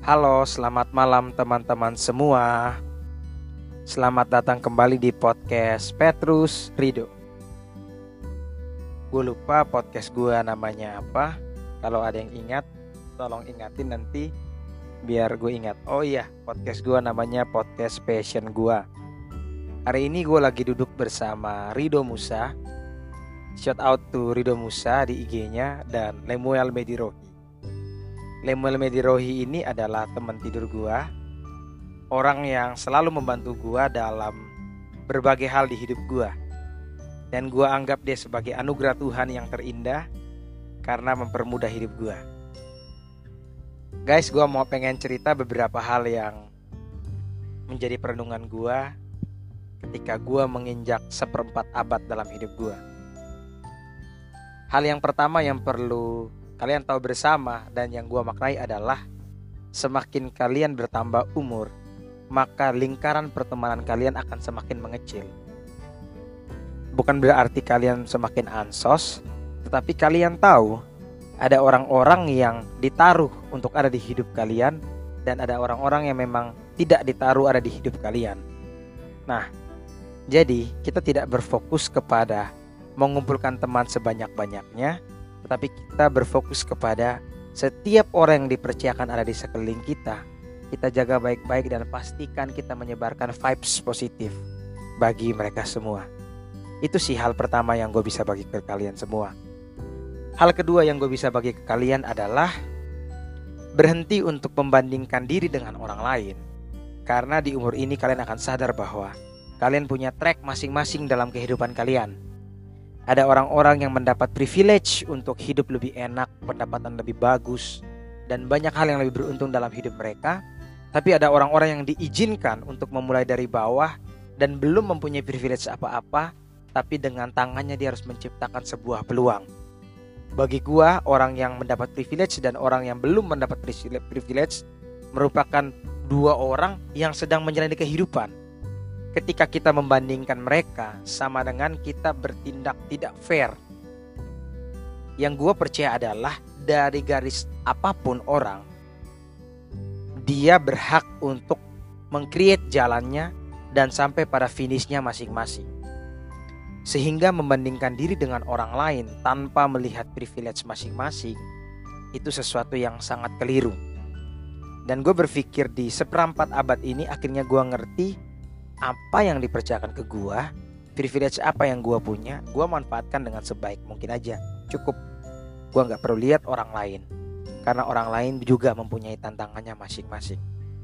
Halo, selamat malam teman-teman semua. Selamat datang kembali di podcast Petrus Rido. Gue lupa podcast gue namanya apa. Kalau ada yang ingat, tolong ingatin nanti biar gue ingat. Oh iya, podcast gue namanya Podcast Passion gue. Hari ini gue lagi duduk bersama Rido Musa. Shout out to Rido Musa di IG-nya dan Lemuel Medirohi. Lemuel Medirohi ini adalah teman tidur gua, orang yang selalu membantu gua dalam berbagai hal di hidup gua. Dan gua anggap dia sebagai anugerah Tuhan yang terindah karena mempermudah hidup gua. Guys, gua mau pengen cerita beberapa hal yang menjadi perenungan gua ketika gua menginjak 1/4 abad dalam hidup gua. Hal yang pertama yang perlu kalian tahu bersama dan yang gua maknai adalah semakin kalian bertambah umur, maka lingkaran pertemanan kalian akan semakin mengecil. Bukan berarti kalian semakin ansos, tetapi kalian tahu ada orang-orang yang ditaruh untuk ada di hidup kalian dan ada orang-orang yang memang tidak ditaruh ada di hidup kalian. Nah, jadi kita tidak berfokus kepada mengumpulkan teman sebanyak-banyaknya, tetapi kita berfokus kepada setiap orang yang dipercayakan ada di sekeliling kita. Kita jaga baik-baik dan pastikan kita menyebarkan vibes positif bagi mereka semua. Itu sih hal pertama yang gue bisa bagi ke kalian semua. Hal kedua yang gue bisa bagi ke kalian adalah berhenti untuk membandingkan diri dengan orang lain. Karena di umur ini kalian akan sadar bahwa kalian punya track masing-masing dalam kehidupan kalian. Ada orang-orang yang mendapat privilege untuk hidup lebih enak, pendapatan lebih bagus, dan banyak hal yang lebih beruntung dalam hidup mereka. Tapi ada orang-orang yang diizinkan untuk memulai dari bawah dan belum mempunyai privilege apa-apa, tapi dengan tangannya dia harus menciptakan sebuah peluang. Bagi gua, orang yang mendapat privilege dan orang yang belum mendapat privilege merupakan dua orang yang sedang menjalani kehidupan. Ketika kita membandingkan mereka, sama dengan kita bertindak tidak fair. Yang gue percaya adalah dari garis apapun orang, dia berhak untuk meng-create jalannya dan sampai pada finishnya masing-masing. Sehingga membandingkan diri dengan orang lain tanpa melihat privilege masing-masing, itu sesuatu yang sangat keliru. Dan gue berpikir di 1/4 abad ini akhirnya gue ngerti apa yang dipercayakan ke gua, privilege apa yang gua punya, gua manfaatkan dengan sebaik mungkin aja. Cukup. Gua gak perlu lihat orang lain, karena orang lain juga mempunyai tantangannya masing-masing.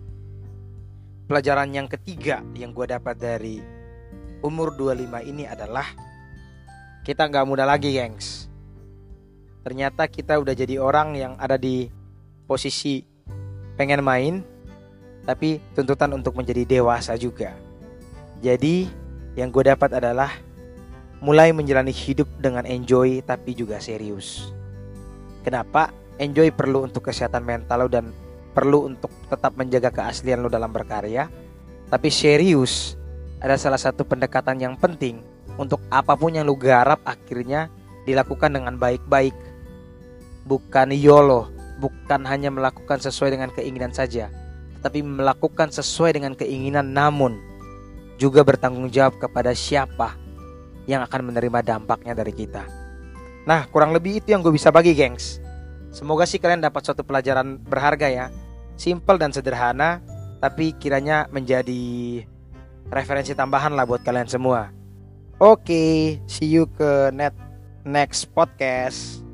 Pelajaran yang ketiga yang gua dapat dari umur 25 ini adalah kita gak muda lagi, gengs. Ternyata kita udah jadi orang yang ada di posisi pengen main, tapi tuntutan untuk menjadi dewasa juga. Jadi yang gue dapat adalah mulai menjalani hidup dengan enjoy tapi juga serius. Kenapa? Enjoy perlu untuk kesehatan mental lo dan perlu untuk tetap menjaga keaslian lo dalam berkarya. Tapi serius ada salah satu pendekatan yang penting untuk apapun yang lo garap akhirnya dilakukan dengan baik-baik. Bukan YOLO, bukan hanya melakukan sesuai dengan keinginan saja, tapi melakukan sesuai dengan keinginan namun juga bertanggung jawab kepada siapa yang akan menerima dampaknya dari kita. Nah, kurang lebih itu yang gue bisa bagi, gengs. Semoga sih kalian dapat suatu pelajaran berharga ya. Simple dan sederhana, tapi kiranya menjadi referensi tambahan lah buat kalian semua. Oke, see you ke next podcast.